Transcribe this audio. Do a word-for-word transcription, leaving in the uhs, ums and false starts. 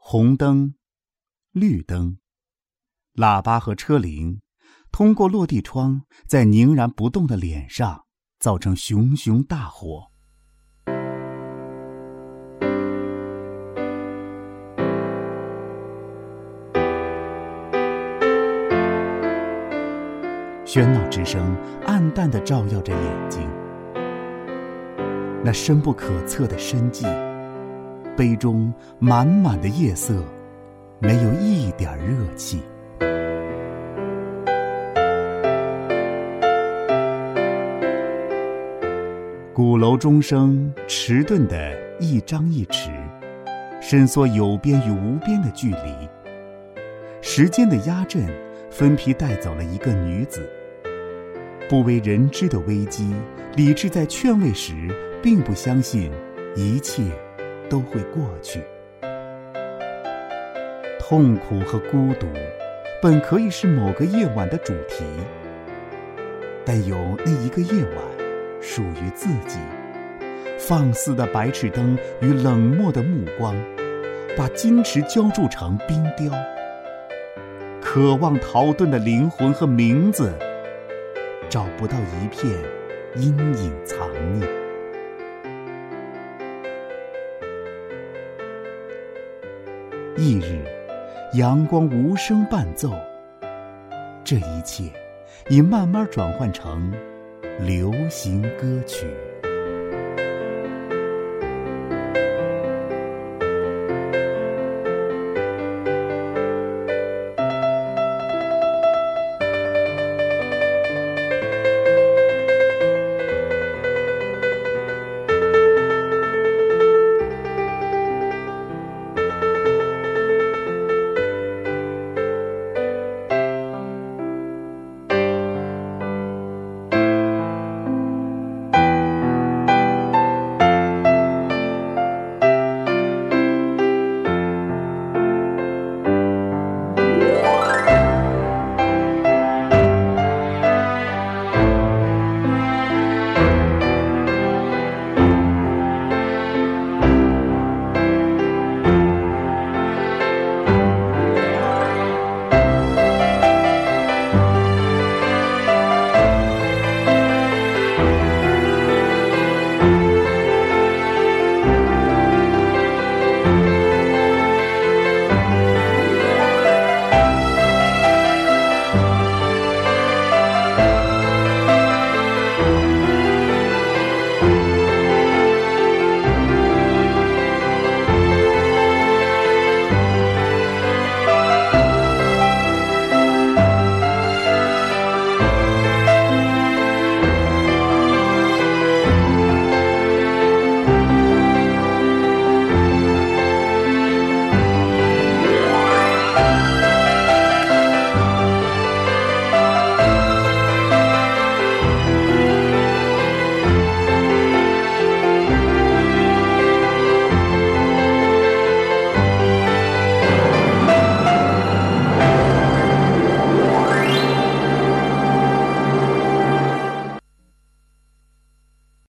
红灯、绿灯，喇叭和车铃通过落地窗在凝然不动的脸上造成熊熊大火。喧闹之声暗淡地照耀着眼睛，那深不可测的深寂，杯中满满的夜色，没有一点热气。鼓楼钟声迟钝地一张一弛，伸缩有边与无边的距离。时间的压阵分批带走了一个女子。不为人知的危机，理智在劝慰时并不相信一切都会过去。痛苦和孤独本可以是某个夜晚的主题，但有那一个夜晚属于自己。放肆的白炽灯与冷漠的目光，把矜持浇筑成冰雕。渴望逃遁的灵魂和名字，找不到一片阴影藏匿。翌日，阳光无声伴奏，这一切已慢慢转换成流行歌曲。